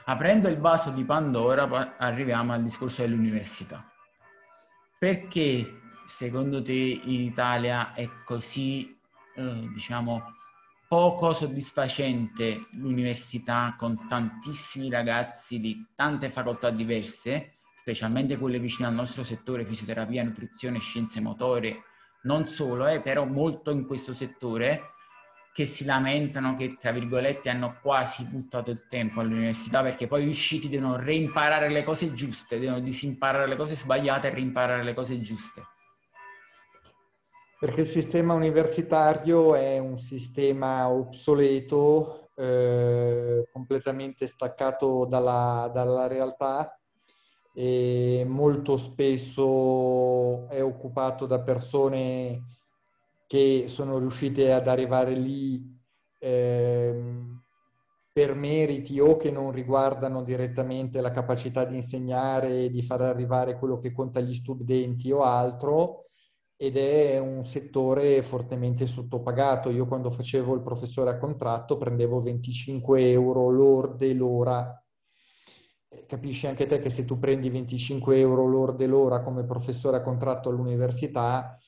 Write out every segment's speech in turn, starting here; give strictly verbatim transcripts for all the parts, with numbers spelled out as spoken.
Aprendo il vaso di Pandora, pa- arriviamo al discorso dell'università. Perché secondo te in Italia è così, eh, diciamo, poco soddisfacente l'università con tantissimi ragazzi di tante facoltà diverse, specialmente quelle vicine al nostro settore, fisioterapia, nutrizione, scienze motorie, non solo, eh, però molto in questo settore, che si lamentano che, tra virgolette, hanno quasi buttato il tempo all'università perché poi usciti devono reimparare le cose giuste, devono disimparare le cose sbagliate e reimparare le cose giuste. Perché il sistema universitario è un sistema obsoleto, eh, completamente staccato dalla, dalla realtà e molto spesso è occupato da persone che sono riuscite ad arrivare lì ehm, per meriti o che non riguardano direttamente la capacità di insegnare e di far arrivare quello che conta agli studenti o altro, ed è un settore fortemente sottopagato. Io quando facevo il professore a contratto prendevo venticinque euro lorde l'ora. Eh, Capisci anche te che se tu prendi venticinque euro lorde l'ora come professore a contratto all'università,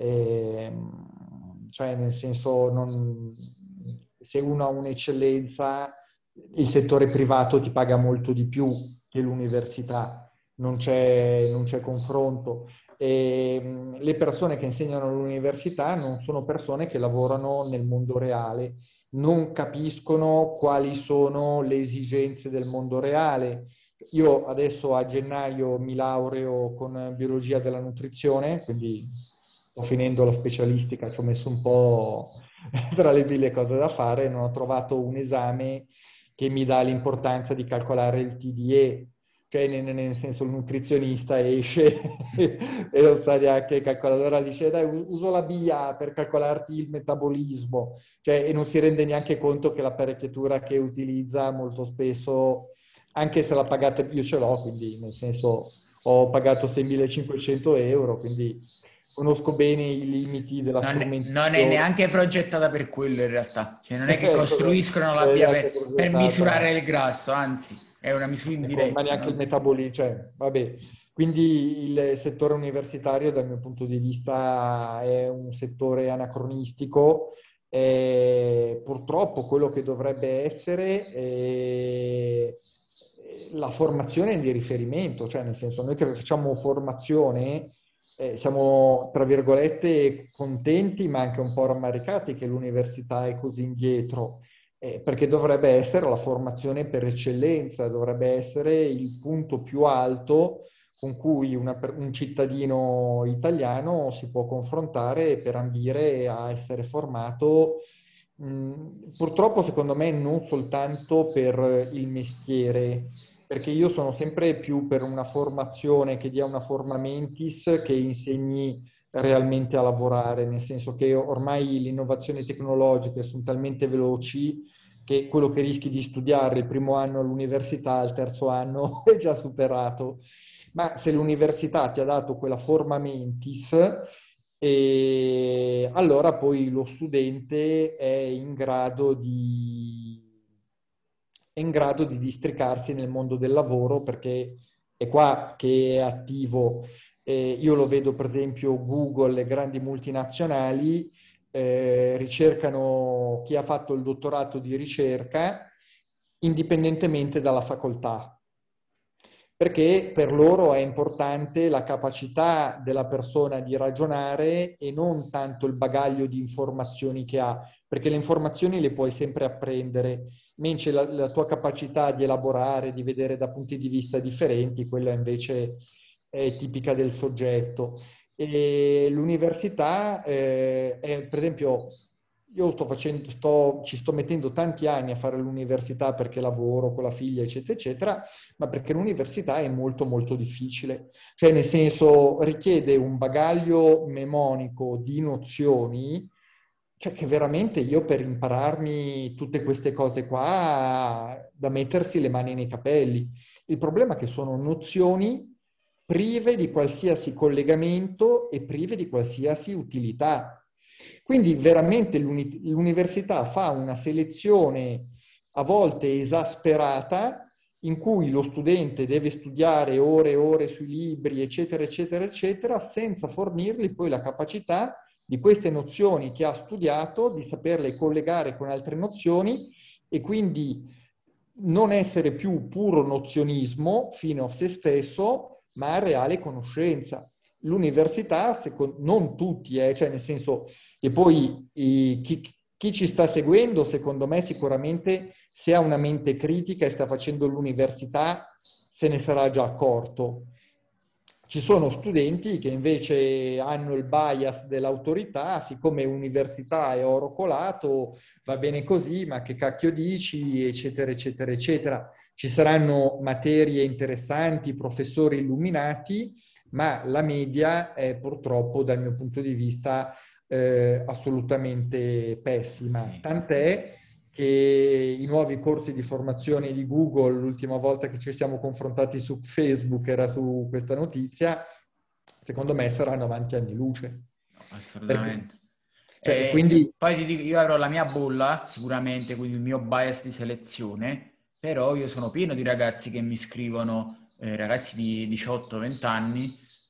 ehm, cioè nel senso, non, se uno ha un'eccellenza, il settore privato ti paga molto di più che l'università, non c'è, non c'è confronto. E mh, le persone che insegnano all'università non sono persone che lavorano nel mondo reale, non capiscono quali sono le esigenze del mondo reale. Io adesso a gennaio mi laureo con biologia della nutrizione, quindi sto finendo la specialistica, ci ho messo un po' tra le mille cose da fare, non ho trovato un esame che mi dà l'importanza di calcolare il T D E, cioè nel, nel senso il nutrizionista esce e non sa neanche calcolare, allora dice dai uso la B I A per calcolarti il metabolismo, cioè, e non si rende neanche conto che l'apparecchiatura che utilizza molto spesso, anche se la pagate, io ce l'ho, quindi nel senso ho pagato seimilacinquecento euro, quindi conosco bene i limiti della Non è, non è strumentazione. neanche progettata per quello in realtà, cioè non è che Ecco, costruiscono la non è via neanche per, per misurare progettata. il grasso, anzi è una misura Ecco, ma indiretta, neanche il no? metabolismo, cioè, vabbè. Quindi il settore universitario, dal mio punto di vista, è un settore anacronistico. E purtroppo quello che dovrebbe essere è la formazione di riferimento, cioè nel senso, noi che facciamo formazione, eh, siamo, tra virgolette, contenti, ma anche un po' rammaricati che l'università è così indietro, eh, perché dovrebbe essere la formazione per eccellenza, dovrebbe essere il punto più alto con cui una per- un cittadino italiano si può confrontare per ambire a essere formato, mh, purtroppo secondo me non soltanto per il mestiere, perché io sono sempre più per una formazione che dia una forma mentis che insegni realmente a lavorare, nel senso che ormai le innovazioni tecnologiche sono talmente veloci che quello che rischi di studiare il primo anno all'università, il terzo anno è già superato. Ma se l'università ti ha dato quella forma mentis, e allora poi lo studente è in grado di, è in grado di districarsi nel mondo del lavoro perché è qua che è attivo. Eh, io lo vedo per esempio Google, le grandi multinazionali eh, ricercano chi ha fatto il dottorato di ricerca indipendentemente dalla facoltà, perché per loro è importante la capacità della persona di ragionare e non tanto il bagaglio di informazioni che ha, perché le informazioni le puoi sempre apprendere, mentre la, la tua capacità di elaborare, di vedere da punti di vista differenti, quella invece è tipica del soggetto. E l'università, eh, è, per esempio, io sto facendo, sto, ci sto mettendo tanti anni a fare l'università perché lavoro con la figlia, eccetera, eccetera, ma perché l'università è molto, molto difficile. Cioè, nel senso, richiede un bagaglio mnemonico di nozioni, cioè che veramente io per impararmi tutte queste cose qua, da mettersi le mani nei capelli. Il problema è che sono nozioni prive di qualsiasi collegamento e prive di qualsiasi utilità. Quindi veramente l'uni- l'università fa una selezione a volte esasperata in cui lo studente deve studiare ore e ore sui libri, eccetera, eccetera, eccetera, senza fornirgli poi la capacità di queste nozioni che ha studiato, di saperle collegare con altre nozioni e quindi non essere più puro nozionismo fino a se stesso, ma reale conoscenza. L'università, secondo, non tutti, eh, cioè nel senso che poi i, chi, chi ci sta seguendo, secondo me sicuramente se ha una mente critica e sta facendo l'università, se ne sarà già accorto. Ci sono studenti che invece hanno il bias dell'autorità, siccome università è oro colato, va bene così, ma che cacchio dici, eccetera, eccetera, eccetera. Ci saranno materie interessanti, professori illuminati, ma la media è purtroppo, dal mio punto di vista, eh, assolutamente pessima. Sì. Tant'è che i nuovi corsi di formazione di Google, l'ultima volta che ci siamo confrontati su Facebook era su questa notizia, secondo me saranno avanti anni luce. Assolutamente. Perché, cioè, E quindi... poi ti dico, io avrò la mia bolla, sicuramente, quindi il mio bias di selezione, però io sono pieno di ragazzi che mi scrivono, eh, ragazzi di diciotto venti anni,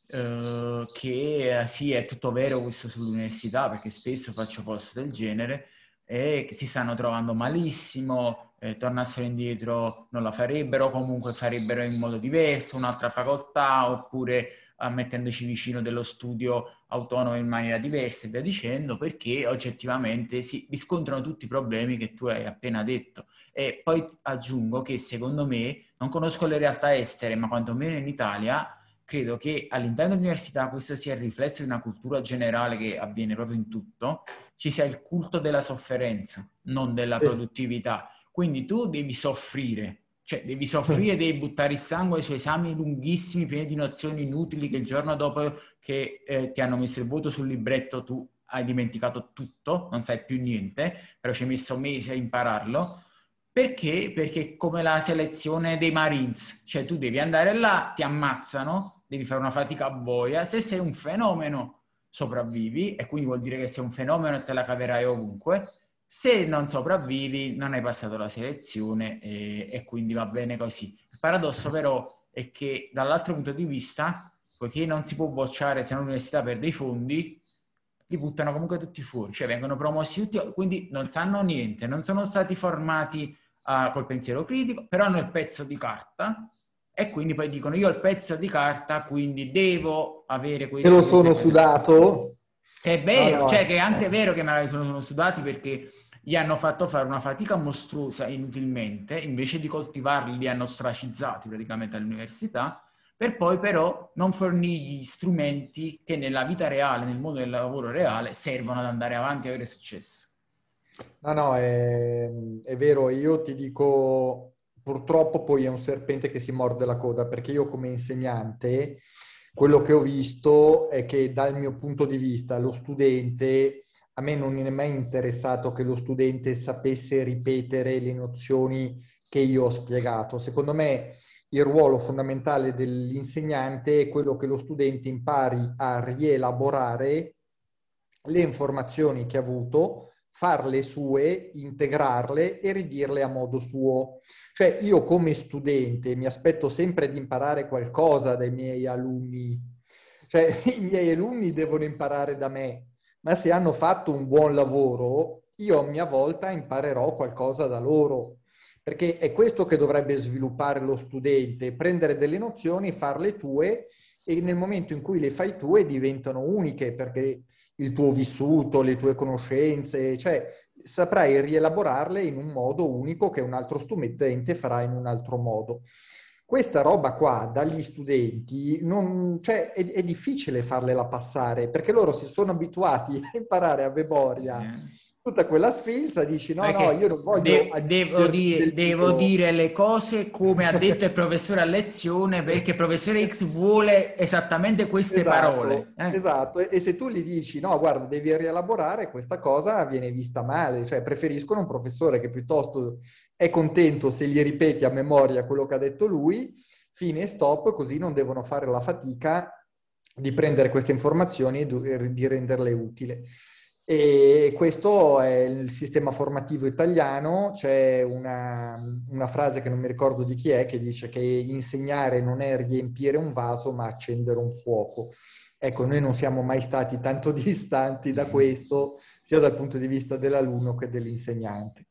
eh, che eh, sì, è tutto vero questo sull'università, perché spesso faccio post del genere, e che si stanno trovando malissimo, eh, tornassero indietro non la farebbero, comunque farebbero in modo diverso, un'altra facoltà, oppure eh, mettendoci vicino dello studio autonomo in maniera diversa e via dicendo, perché oggettivamente si riscontrano tutti i problemi che tu hai appena detto. E poi aggiungo che secondo me, non conosco le realtà estere, ma quantomeno in Italia, credo che all'interno dell'università questo sia il riflesso di una cultura generale che avviene proprio in tutto, ci sia il culto della sofferenza, non della produttività. Quindi tu devi soffrire, cioè devi soffrire, devi buttare il sangue su esami lunghissimi, pieni di nozioni inutili che il giorno dopo che eh, ti hanno messo il voto sul libretto tu hai dimenticato tutto, non sai più niente, però ci hai messo mesi a impararlo. Perché? Perché è come la selezione dei Marines, cioè tu devi andare là, ti ammazzano, devi fare una fatica a boia, se sei un fenomeno sopravvivi e quindi vuol dire che sei un fenomeno e te la caverai ovunque, se non sopravvivi non hai passato la selezione e, e quindi va bene così. Il paradosso però è che dall'altro punto di vista, poiché non si può bocciare se l'università perde i fondi, li buttano comunque tutti fuori, cioè vengono promossi tutti, quindi non sanno niente, non sono stati formati uh, col pensiero critico, però hanno il pezzo di carta e quindi poi dicono io ho il pezzo di carta, quindi devo avere Te lo questo, questo e sono questo. sudato? Che è No, vero, no, cioè che è anche eh. vero che magari sono, sono sudati perché gli hanno fatto fare una fatica mostruosa inutilmente, invece di coltivarli li hanno ostracizzati praticamente all'università, per poi però non fornirgli strumenti che nella vita reale, nel mondo del lavoro reale, servono ad andare avanti e avere successo. No, no, è, è vero, io ti dico, purtroppo poi è un serpente che si morde la coda, perché io come insegnante, quello che ho visto è che dal mio punto di vista lo studente, a me non è mai interessato che lo studente sapesse ripetere le nozioni che io ho spiegato. Secondo me il ruolo fondamentale dell'insegnante è quello che lo studente impari a rielaborare le informazioni che ha avuto, farle sue, integrarle e ridirle a modo suo. Cioè io come studente mi aspetto sempre di imparare qualcosa dai miei alunni. Cioè i miei alunni devono imparare da me, ma se hanno fatto un buon lavoro, io a mia volta imparerò qualcosa da loro. Perché è questo che dovrebbe sviluppare lo studente, prendere delle nozioni, farle tue e nel momento in cui le fai tue diventano uniche perché il tuo vissuto, le tue conoscenze, cioè saprai rielaborarle in un modo unico che un altro studente farà in un altro modo. Questa roba qua dagli studenti non, cioè, è, è difficile farlela passare perché loro si sono abituati a imparare a memoria Eh. tutta quella sfilza, dici no, no, io Perché non voglio de- devo, aggiungerti di- del devo mio. dire le cose come ha detto il professore a lezione, perché il professore X vuole esattamente queste parole. Esatto, Eh? esatto. E, e se tu gli dici no, guarda, devi rielaborare, questa cosa viene vista male. Cioè, preferiscono un professore che piuttosto è contento se gli ripeti a memoria quello che ha detto lui, fine e stop, così non devono fare la fatica di prendere queste informazioni e di renderle utili. E questo è il sistema formativo italiano. C'è una, una frase che non mi ricordo di chi è, che dice che insegnare non è riempire un vaso, ma accendere un fuoco. Ecco, noi non siamo mai stati tanto distanti da questo, sia dal punto di vista dell'alunno che dell'insegnante.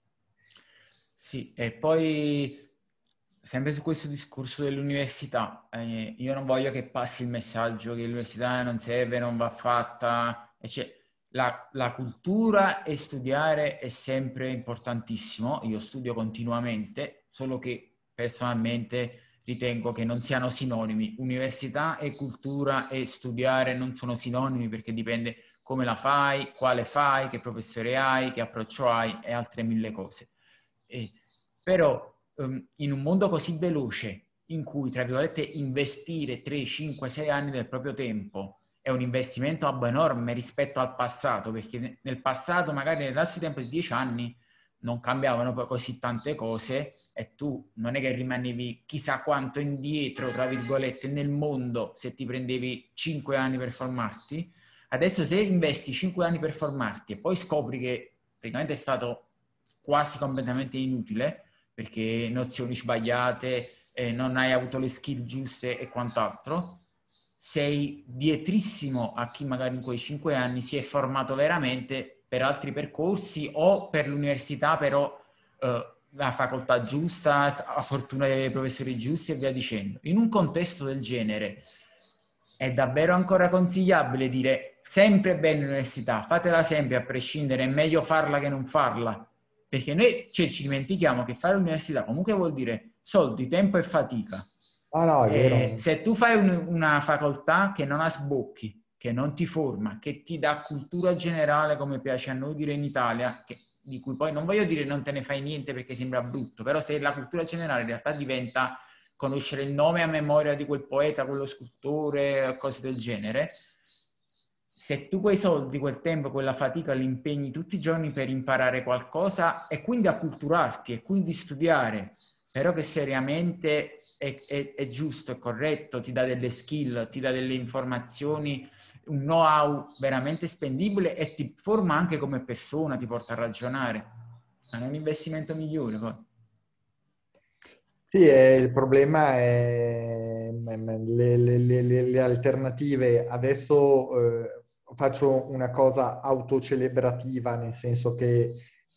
Sì, e poi sempre su questo discorso dell'università, eh, io non voglio che passi il messaggio che l'università non serve, non va fatta, e cioè, la, la cultura e studiare è sempre importantissimo, io studio continuamente, solo che personalmente ritengo che non siano sinonimi. Università e cultura e studiare non sono sinonimi perché dipende come la fai, quale fai, che professore hai, che approccio hai e altre mille cose. Eh, però um, in un mondo così veloce in cui, tra virgolette, investire tre, cinque, sei anni del proprio tempo è un investimento ab enorme rispetto al passato, perché nel passato, magari nel lasso di tempo di dieci anni, non cambiavano poi così tante cose e tu non è che rimanevi chissà quanto indietro, tra virgolette, nel mondo se ti prendevi cinque anni per formarti. Adesso se investi cinque anni per formarti e poi scopri che praticamente è stato quasi completamente inutile perché nozioni sbagliate, eh, non hai avuto le skill giuste e quant'altro, sei dietrissimo a chi magari in quei cinque anni si è formato veramente per altri percorsi o per l'università, però eh, la facoltà giusta, a fortuna dei professori giusti e via dicendo. In un contesto del genere è davvero ancora consigliabile dire sempre bene l'università, fatela sempre a prescindere, è meglio farla che non farla, perché noi cioè, ci dimentichiamo che fare l'università comunque vuol dire soldi, tempo e fatica. Ah no, è E vero. se tu fai un, una facoltà che non ha sbocchi, che non ti forma, che ti dà cultura generale come piace a noi dire in Italia, che, di cui poi non voglio dire non te ne fai niente perché sembra brutto, però se la cultura generale in realtà diventa conoscere il nome a memoria di quel poeta, quello scultore, cose del genere, se tu quei soldi, quel tempo, quella fatica li impegni tutti i giorni per imparare qualcosa e quindi acculturarti e quindi studiare, però che seriamente è, è, è giusto, è corretto, ti dà delle skill, ti dà delle informazioni, un know-how veramente spendibile e ti forma anche come persona, ti porta a ragionare. Ma è un investimento migliore poi. Sì, eh, il problema è mm, mm, le, le- le- le- le alternative. Adesso eh, faccio una cosa autocelebrativa, nel senso che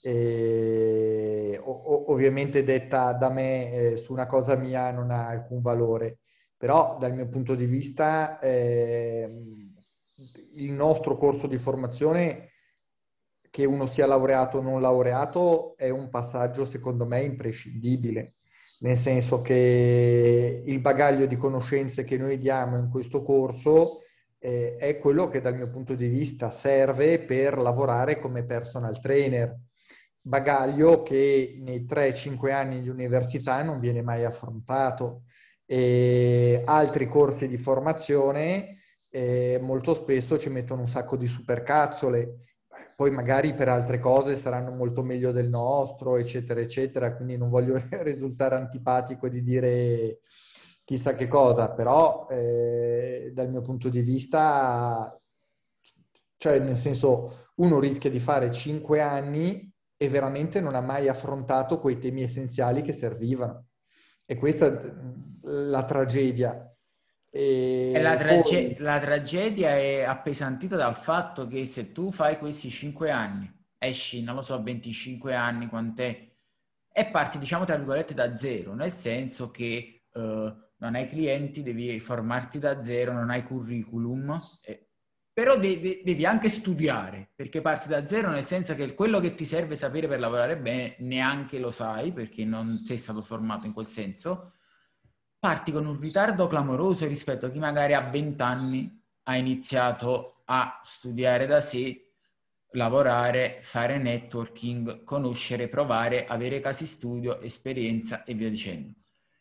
eh, o- o- ovviamente detta da me eh, su una cosa mia non ha alcun valore, però dal mio punto di vista ehm, il nostro corso di formazione, che uno sia laureato o non laureato, è un passaggio secondo me imprescindibile, nel senso che il bagaglio di conoscenze che noi diamo in questo corso eh, è quello che dal mio punto di vista serve per lavorare come personal trainer. Bagaglio che nei tre cinque anni di università non viene mai affrontato. E altri corsi di formazione eh, molto spesso ci mettono un sacco di supercazzole, poi magari per altre cose saranno molto meglio del nostro, eccetera, eccetera, quindi non voglio risultare antipatico di dire chissà che cosa, però eh, dal mio punto di vista, cioè nel senso, uno rischia di fare cinque anni e veramente non ha mai affrontato quei temi essenziali che servivano. E questa è la tragedia. E la, E trage- poi, la tragedia è appesantita dal fatto che se tu fai questi cinque anni, esci, non lo so, venticinque anni, quant'è, e parti, diciamo, tra virgolette, da zero, nel senso che eh, non hai clienti, devi formarti da zero, non hai curriculum, eh, però devi, devi anche studiare, perché parti da zero, nel senso che quello che ti serve sapere per lavorare bene neanche lo sai, perché non sei stato formato in quel senso. Parti con un ritardo clamoroso rispetto a chi magari a venti anni ha iniziato a studiare da sé, lavorare, fare networking, conoscere, provare, avere casi studio, esperienza e via dicendo.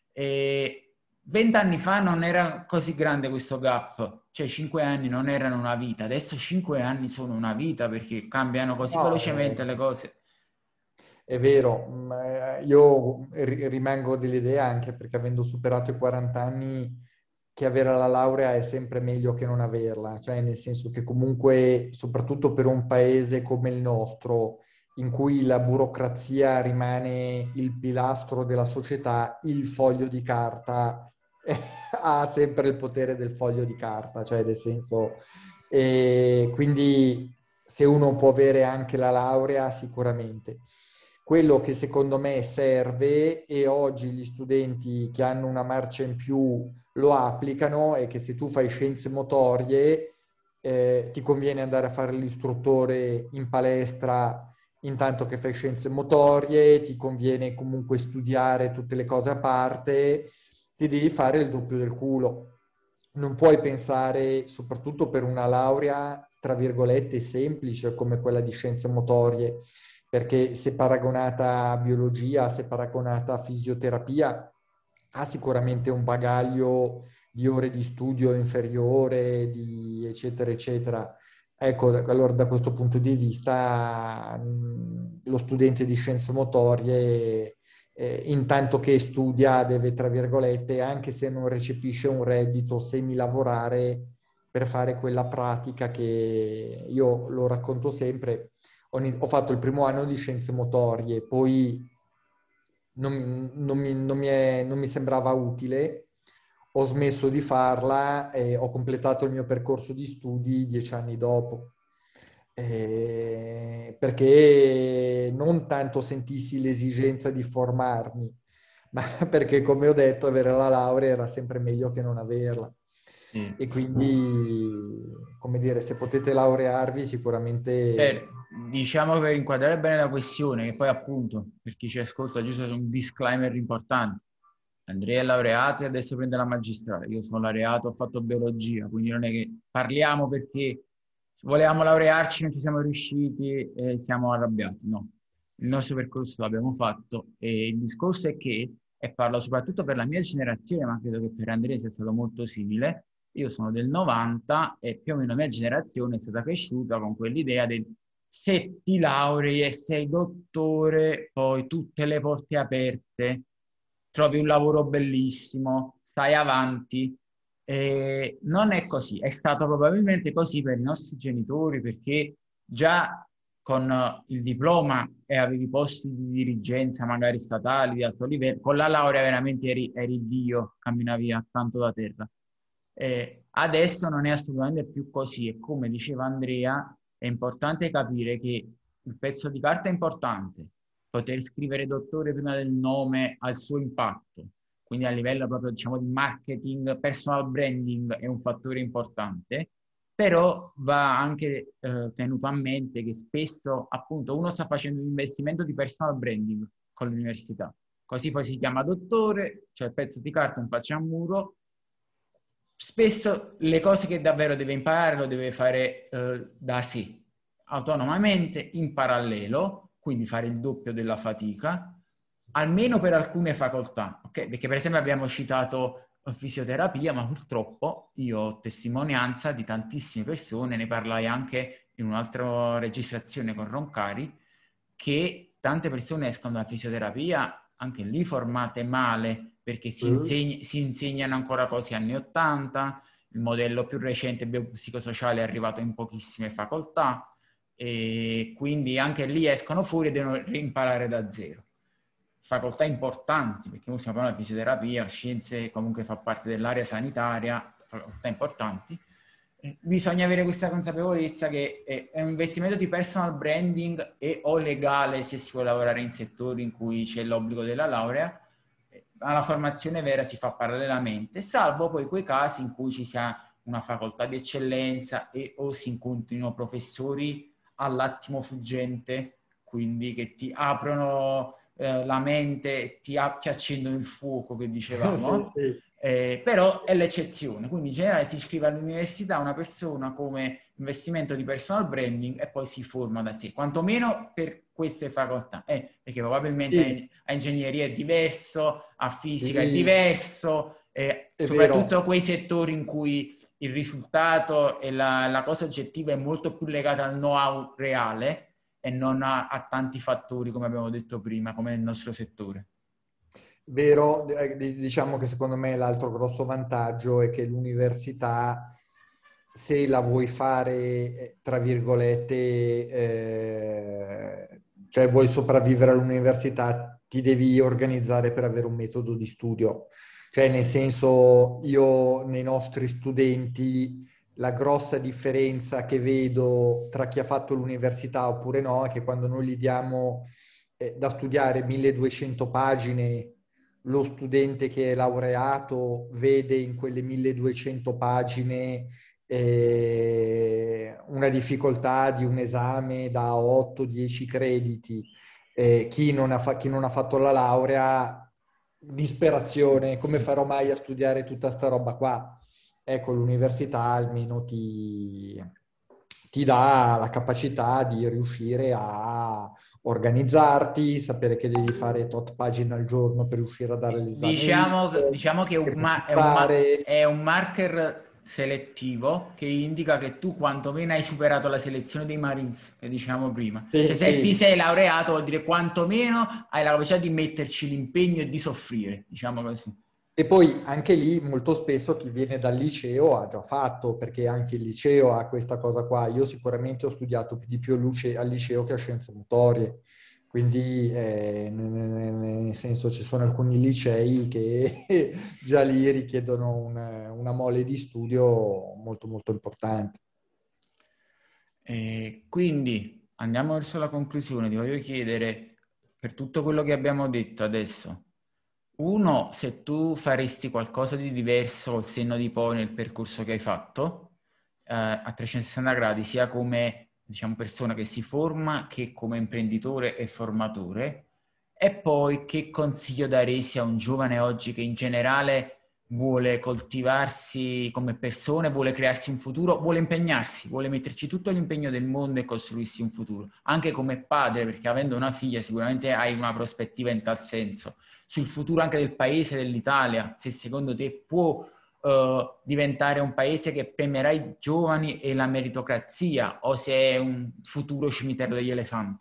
E vent'anni fa non era così grande questo gap, cioè cinque anni non erano una vita, adesso cinque anni sono una vita perché cambiano così no, eh, velocemente le cose. è vero, mm, eh, io ri- rimango dell'idea, anche perché avendo superato i quaranta anni, che avere la laurea è sempre meglio che non averla, cioè nel senso che comunque, soprattutto per un paese come il nostro, in cui la burocrazia rimane il pilastro della società, il foglio di carta ha sempre il potere del foglio di carta, cioè nel senso, e quindi se uno può avere anche la laurea, sicuramente. Quello che secondo me serve, e oggi gli studenti che hanno una marcia in più lo applicano, è che se tu fai scienze motorie, eh, ti conviene andare a fare l'istruttore in palestra intanto che fai scienze motorie, ti conviene comunque studiare tutte le cose a parte, ti devi fare il doppio del culo. Non puoi pensare, soprattutto per una laurea, tra virgolette, semplice come quella di scienze motorie, perché se paragonata a biologia, se paragonata a fisioterapia, ha sicuramente un bagaglio di ore di studio inferiore, di eccetera, eccetera. Ecco, allora da questo punto di vista mh, lo studente di scienze motorie, eh, intanto che studia, deve, tra virgolette, anche se non recepisce un reddito, semi-lavorare per fare quella pratica che io lo racconto sempre. Ho, ho fatto il primo anno di scienze motorie, poi non, non mi, non mi è- non mi sembrava utile, ho smesso di farla e ho completato il mio percorso di studi dieci anni dopo. Eh, perché non tanto sentissi l'esigenza di formarmi, ma perché, come ho detto, avere la laurea era sempre meglio che non averla. Sì. E quindi, come dire, se potete laurearvi, sicuramente. Per, diciamo, per inquadrare bene la questione, che poi appunto, per chi ci ascolta, giusto un disclaimer importante. Andrea è laureato e adesso prende la magistrale. Io sono laureato, ho fatto biologia, quindi non è che parliamo perché volevamo laurearci, non ci siamo riusciti e siamo arrabbiati. No, il nostro percorso l'abbiamo fatto e il discorso è che, e parlo soprattutto per la mia generazione, ma credo che per Andrea sia stato molto simile. Io sono del novanta e più o meno la mia generazione è stata cresciuta con quell'idea del se ti laurei e sei dottore, poi tutte le porte aperte, trovi un lavoro bellissimo, stai avanti. E non è così, è stato probabilmente così per i nostri genitori perché già con eh, il diploma e avevi posti di dirigenza magari statali di alto livello, con la laurea veramente eri, eri Dio, camminavi a tanto da terra. Eh, adesso non è assolutamente più così e come diceva Andrea è importante capire che il pezzo di carta è importante, poter scrivere dottore prima del nome ha il suo impatto, quindi a livello proprio diciamo di marketing, personal branding è un fattore importante, però va anche eh, tenuto a mente che spesso appunto uno sta facendo un investimento di personal branding con l'università, così poi si chiama dottore, c'è il pezzo di carta in faccia a muro. Spesso le cose che davvero deve imparare lo deve fare eh, da sé, autonomamente, in parallelo, quindi fare il doppio della fatica, almeno per alcune facoltà, ok? Perché per esempio abbiamo citato fisioterapia, ma purtroppo io ho testimonianza di tantissime persone, ne parlai anche in un'altra registrazione con Roncari, che tante persone escono da fisioterapia anche lì formate male perché si, Mm. insegn- si insegnano ancora cose anni ottanta, il modello più recente biopsicosociale è arrivato in pochissime facoltà e quindi anche lì escono fuori e devono rimparare da zero. Facoltà importanti, perché noi stiamo parlando di fisioterapia, scienze comunque fa parte dell'area sanitaria, facoltà importanti. Eh, Bisogna avere questa consapevolezza che è, è un investimento di personal branding e o legale se si vuole lavorare in settori in cui c'è l'obbligo della laurea, alla formazione vera si fa parallelamente, salvo poi quei casi in cui ci sia una facoltà di eccellenza e o si incontrino professori all'attimo fuggente, quindi che ti aprono eh, la mente, ti, a- ti accendono il fuoco che Sì, dicevamo, sì. eh, però è l'eccezione, quindi in generale si iscrive all'università una persona come investimento di personal branding e poi si forma da sé, quantomeno per queste facoltà, eh, perché Sì, probabilmente a ingegneria è diverso, a fisica è sì, diverso, eh, è soprattutto vero. quei settori in cui il risultato e la, la cosa oggettiva è molto più legata al know-how reale e non a, a tanti fattori, come abbiamo detto prima, come nel nostro settore. vero, eh, diciamo che secondo me l'altro grosso vantaggio è che l'università, se la vuoi fare, eh, tra virgolette, eh, cioè vuoi sopravvivere all'università, ti devi organizzare per avere un metodo di studio. Cioè, nel senso, io nei nostri studenti la grossa differenza che vedo tra chi ha fatto l'università oppure no è che quando noi gli diamo eh, da studiare milleduecento pagine, lo studente che è laureato vede in quelle milleduecento pagine eh, una difficoltà di un esame da otto dieci crediti. Eh, chi non ha fa- chi non ha fatto la laurea, disperazione, come farò mai a studiare tutta sta roba qua? Ecco, l'università almeno ti, ti dà la capacità di riuscire a organizzarti, sapere che devi fare tot pagine al giorno per riuscire a dare l'esame Diciamo, misto, diciamo che è un, ma- è un ma- fare. è un marker selettivo che indica che tu quantomeno hai superato la selezione dei Marines, che diciamo prima. Sì, Cioè, se ti sì. sei laureato, vuol dire quantomeno hai la capacità di metterci l'impegno e di soffrire, diciamo così. E poi anche lì molto spesso chi viene dal liceo ha già fatto, perché anche il liceo ha questa cosa qua. Io sicuramente ho studiato più di più al luce- al liceo che a scienze motorie, quindi eh, n- n- nel senso ci sono alcuni licei che già lì richiedono un- una mole di studio molto molto importante. E quindi andiamo verso la conclusione. Ti voglio chiedere, per tutto quello che abbiamo detto adesso, uno, se tu faresti qualcosa di diverso col senno di poi nel percorso che hai fatto, eh, a trecentosessanta gradi, sia come, diciamo, persona che si forma che come imprenditore e formatore, e poi che consiglio daresti a un giovane oggi che in generale vuole coltivarsi come persona, vuole crearsi un futuro, vuole impegnarsi, vuole metterci tutto l'impegno del mondo e costruirsi un futuro, anche come padre, perché avendo una figlia sicuramente hai una prospettiva in tal senso sul futuro anche del paese, dell'Italia, se secondo te può uh, diventare un paese che premierà i giovani e la meritocrazia o se è un futuro cimitero degli elefanti.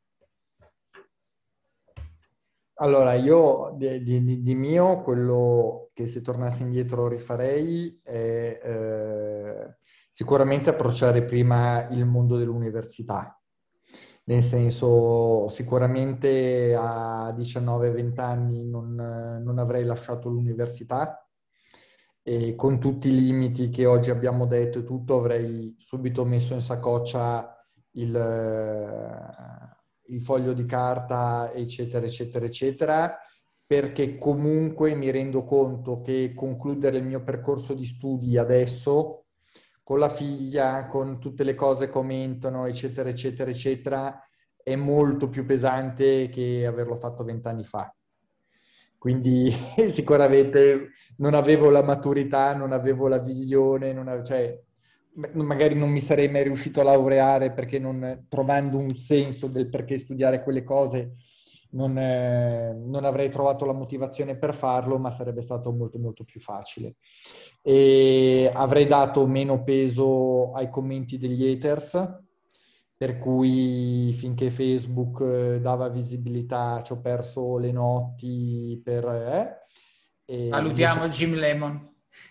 Allora, io di, di- di mio quello che se tornassi indietro rifarei è eh, sicuramente approcciare prima il mondo dell'università. Nel senso, sicuramente a diciannove venti anni non, non avrei lasciato l'università e con tutti i limiti che oggi abbiamo detto e tutto, avrei subito messo in saccoccia il, eh, il foglio di carta, eccetera, eccetera, eccetera, perché comunque mi rendo conto che concludere il mio percorso di studi adesso, con la figlia, con tutte le cose che aumentano, eccetera, eccetera, eccetera, è molto più pesante che averlo fatto vent'anni fa. Quindi sicuramente non avevo la maturità, non avevo la visione, non ave- cioè, ma- magari non mi sarei mai riuscito a laureare perché non, trovando un senso del perché studiare quelle cose, non, eh, non avrei trovato la motivazione per farlo, ma sarebbe stato molto molto più facile. E avrei dato meno peso ai commenti degli haters, per cui finché Facebook eh, dava visibilità ci ho perso le notti per... eh, e invece... Salutiamo Jim Lemon.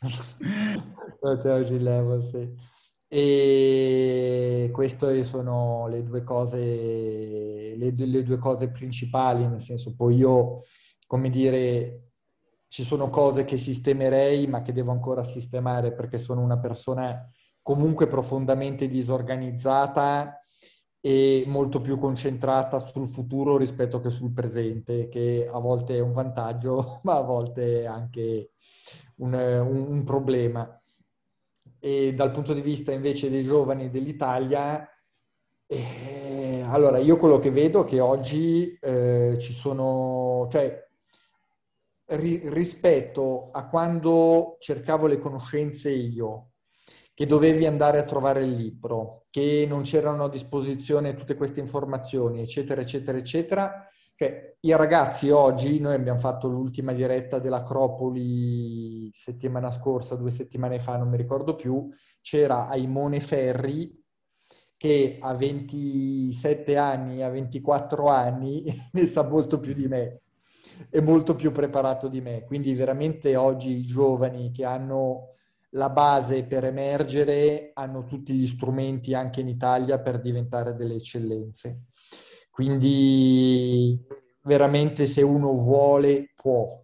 Oggi levo, sì. E queste sono le due cose, le, due le due cose principali, nel senso poi io, come dire, ci sono cose che sistemerei ma che devo ancora sistemare perché sono una persona comunque profondamente disorganizzata e molto più concentrata sul futuro rispetto che sul presente, che a volte è un vantaggio, ma a volte è anche un, un- un problema. E dal punto di vista invece dei giovani dell'Italia, eh, allora io quello che vedo è che oggi eh, ci sono, cioè ri- rispetto a quando cercavo le conoscenze io, che dovevi andare a trovare il libro, che non c'erano a disposizione tutte queste informazioni, eccetera, eccetera, eccetera. Cioè, i ragazzi oggi, noi abbiamo fatto l'ultima diretta dell'Acropoli settimana scorsa, due settimane fa, non mi ricordo più, c'era Aimone Ferri che a ventisette anni, a ventiquattro anni ne sa molto più di me. è molto più preparato di me. Quindi veramente oggi i giovani che hanno la base per emergere hanno tutti gli strumenti anche in Italia per diventare delle eccellenze. Quindi veramente se uno vuole può.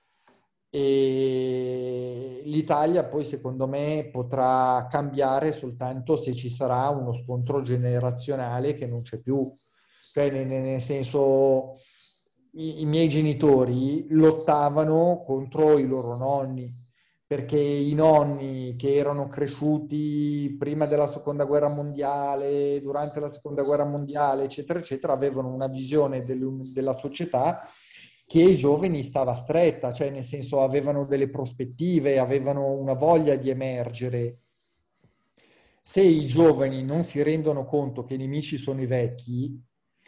E l'Italia poi secondo me potrà cambiare soltanto se ci sarà uno scontro generazionale che non c'è più. Cioè, nel, nel senso, i, i miei genitori lottavano contro i loro nonni, perché i nonni che erano cresciuti prima della seconda guerra mondiale, durante la seconda guerra mondiale, eccetera, eccetera, avevano una visione del- della società che ai giovani stava stretta, cioè nel senso avevano delle prospettive, avevano una voglia di emergere. Se i giovani non si rendono conto che i nemici sono i vecchi,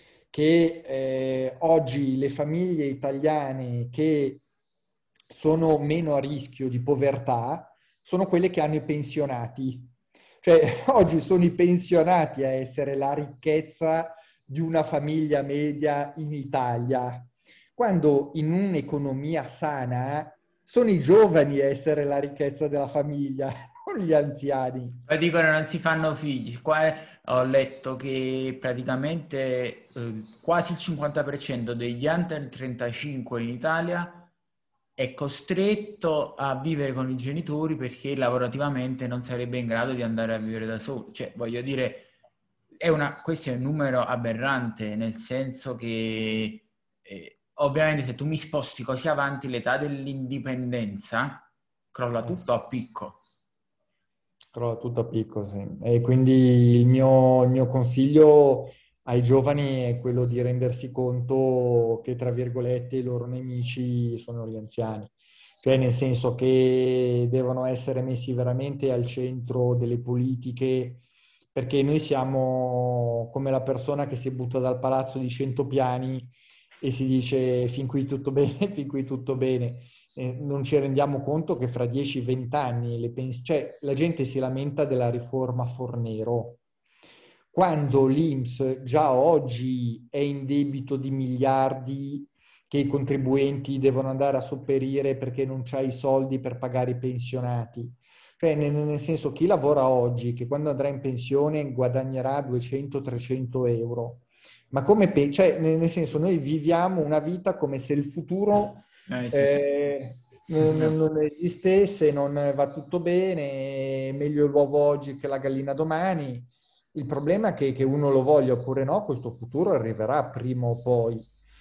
che eh, oggi le famiglie italiane che sono meno a rischio di povertà sono quelle che hanno i pensionati. Cioè, oggi sono i pensionati a essere la ricchezza di una famiglia media in Italia, quando in un'economia sana sono i giovani a essere la ricchezza della famiglia, non gli anziani. Poi dicono non si fanno figli. Qua ho letto che praticamente eh, quasi il cinquanta per cento degli under trentacinque in Italia è costretto a vivere con i genitori perché lavorativamente non sarebbe in grado di andare a vivere da solo. Cioè, voglio dire, è una, questo è un numero aberrante, nel senso che eh, ovviamente se tu mi sposti così avanti l'età dell'indipendenza, crolla Eh tutto sì. a picco. Però tutto a picco, sì. E quindi il mio, il mio consiglio ai giovani è quello di rendersi conto che, tra virgolette, i loro nemici sono gli anziani. Cioè, nel senso che devono essere messi veramente al centro delle politiche, perché noi siamo come la persona che si butta dal palazzo di cento piani e si dice fin qui tutto bene, fin qui tutto bene. Eh, non ci rendiamo conto che fra dieci venti anni le pens- cioè, la gente si lamenta della riforma Fornero, quando l'I N P S già oggi è in debito di miliardi che i contribuenti devono andare a sopperire perché non c'ha i soldi per pagare i pensionati. Cioè, nel, nel senso, chi lavora oggi, che quando andrà in pensione guadagnerà duecento trecento euro. Ma come, pe- cioè, nel, nel senso, noi viviamo una vita come se il futuro Eh, sì, sì. eh, non, non- non esistesse, non va tutto bene, è meglio l'uovo oggi che la gallina domani. Il problema è che, che uno lo voglia oppure no, questo futuro arriverà prima o poi.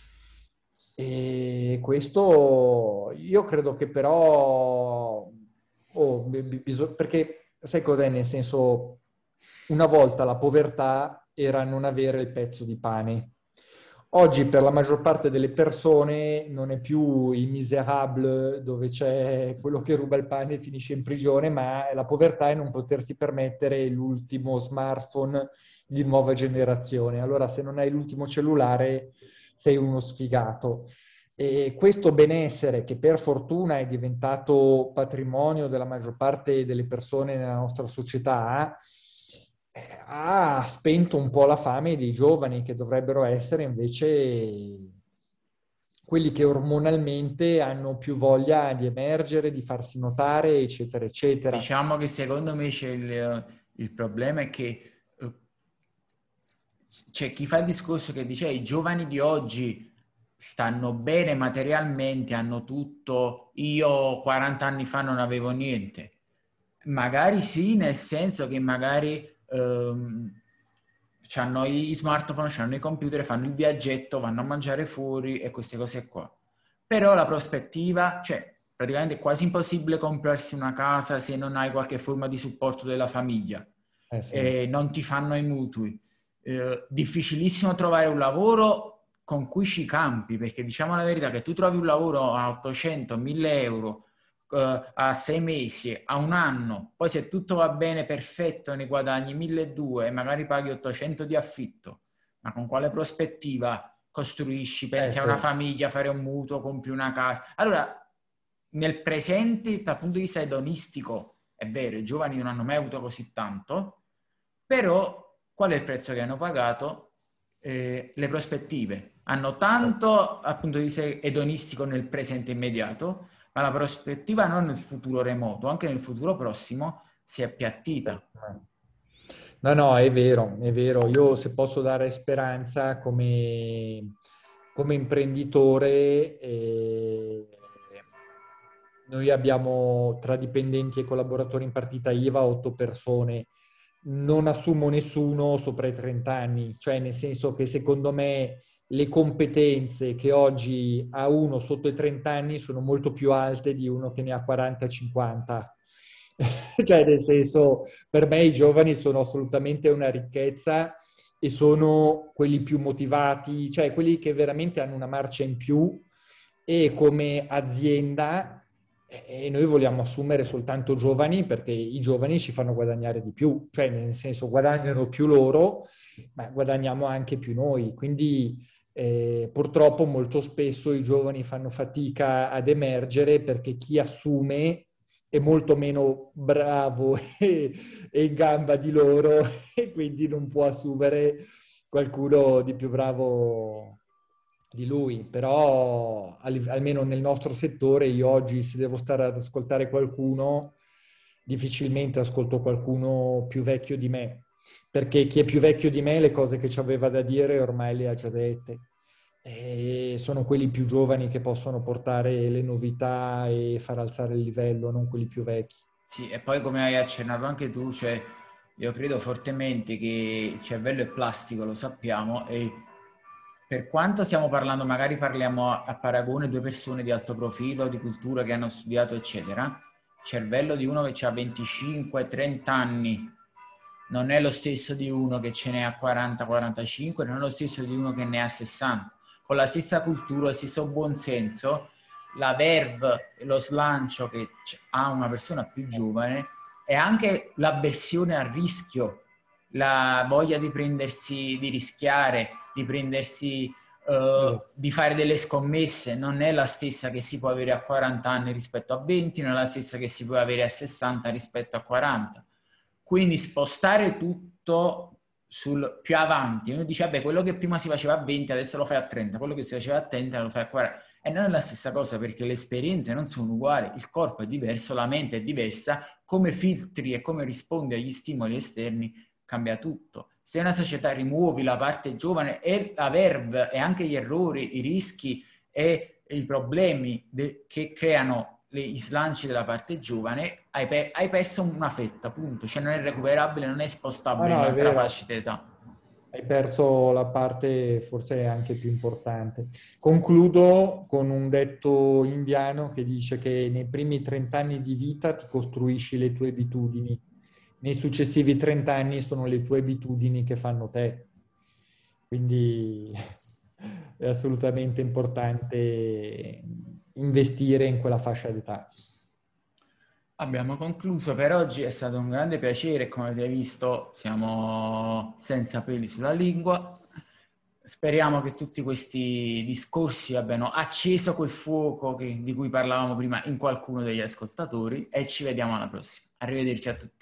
E questo io credo che però, oh, bi- bi- biso- perché sai cos'è? Nel senso, una volta la povertà era non avere il pezzo di pane. Oggi per la maggior parte delle persone non è più il miserable dove c'è quello che ruba il pane e finisce in prigione, ma la povertà è non potersi permettere l'ultimo smartphone di nuova generazione. Allora, se non hai l'ultimo cellulare, sei uno sfigato. E questo benessere, che per fortuna è diventato patrimonio della maggior parte delle persone nella nostra società, eh, ha spento un po' la fame dei giovani che dovrebbero essere invece quelli che ormonalmente hanno più voglia di emergere, di farsi notare, eccetera, eccetera. Diciamo che secondo me c'è il, il problema è che eh, c'è chi fa il discorso che dice "Eh, i giovani di oggi stanno bene materialmente, hanno tutto, io quaranta anni fa non avevo niente. Magari sì, nel senso che magari ehm, hanno i smartphone, hanno i computer, fanno il viaggetto, vanno a mangiare fuori e queste cose qua. Però la prospettiva, cioè praticamente è quasi impossibile comprarsi una casa se non hai qualche forma di supporto della famiglia, Eh sì, e non ti fanno i mutui. Eh, difficilissimo trovare un lavoro con cui ci campi, perché diciamo la verità che tu trovi un lavoro a ottocento mille euro eh, a sei mesi, a un anno, poi se tutto va bene perfetto ne guadagni milleduecento e magari paghi ottocento di affitto, ma con quale prospettiva costruisci, eh pensi a una sì. famiglia, fare un mutuo, compri una casa? Allora, nel presente, dal punto di vista edonistico, è vero, i giovani non hanno mai avuto così tanto, però qual è il prezzo che hanno pagato? Eh, le prospettive. Hanno tanto dal punto di vista edonistico nel presente immediato, ma la prospettiva non nel futuro remoto, anche nel futuro prossimo si è appiattita. No, no, è vero, è vero. Io se posso dare speranza come, come imprenditore, eh, noi abbiamo tra dipendenti e collaboratori in partita I V A otto persone. Non assumo nessuno sopra i trenta anni, cioè nel senso che secondo me le competenze che oggi ha uno sotto i trenta anni sono molto più alte di uno che ne ha quaranta cinquanta. Cioè, nel senso, per me i giovani sono assolutamente una ricchezza e sono quelli più motivati, cioè quelli che veramente hanno una marcia in più e come azienda e noi vogliamo assumere soltanto giovani perché i giovani ci fanno guadagnare di più, cioè nel senso guadagnano più loro, ma guadagniamo anche più noi. Quindi eh, purtroppo molto spesso i giovani fanno fatica ad emergere perché chi assume è molto meno bravo e, e in gamba di loro e quindi non può assumere qualcuno di più bravo di lui. Però al- almeno nel nostro settore io oggi se devo stare ad ascoltare qualcuno, difficilmente ascolto qualcuno più vecchio di me, perché chi è più vecchio di me le cose che ci aveva da dire ormai le ha già dette. E sono quelli più giovani che possono portare le novità e far alzare il livello, non quelli più vecchi. Sì, e poi come hai accennato anche tu, cioè, io credo fortemente che il cervello è plastico, lo sappiamo, e per quanto stiamo parlando, magari parliamo a, a paragone due persone di alto profilo, di cultura che hanno studiato, eccetera, il cervello di uno che ha venticinque trenta anni non è lo stesso di uno che ce n'è a quaranta quarantacinque, non è lo stesso di uno che ne ha sessanta. Con la stessa cultura, lo stesso buonsenso, la verve, lo slancio che ha una persona più giovane e anche l'avversione al rischio, la voglia di prendersi, di rischiare, di prendersi, uh, di fare delle scommesse, non è la stessa che si può avere a quaranta anni rispetto a venti, non è la stessa che si può avere a sessanta rispetto a quaranta. Quindi spostare tutto sul più avanti. Uno dice, vabbè, quello che prima si faceva a venti, adesso lo fai a trenta, quello che si faceva a trenta lo fai a quaranta. E non è la stessa cosa perché le esperienze non sono uguali, il corpo è diverso, la mente è diversa, come filtri e come rispondi agli stimoli esterni cambia tutto. Se una società rimuovi la parte giovane e la verve e anche gli errori, i rischi e i problemi de- che creano gli slanci della parte giovane, hai, per- hai perso una fetta, punto. Cioè non è recuperabile, non è No, spostabile in no, è un'altra vero. fascia d'età. Hai perso la parte forse anche più importante. Concludo con un detto indiano che dice che nei primi trenta anni di vita ti costruisci le tue abitudini, nei successivi trenta anni sono le tue abitudini che fanno te. Quindi è assolutamente importante investire in quella fascia d'età. Abbiamo concluso per oggi, è stato un grande piacere, come avete visto siamo senza peli sulla lingua. Speriamo che tutti questi discorsi abbiano acceso quel fuoco che, di cui parlavamo prima in qualcuno degli ascoltatori e ci vediamo alla prossima. Arrivederci a tutti.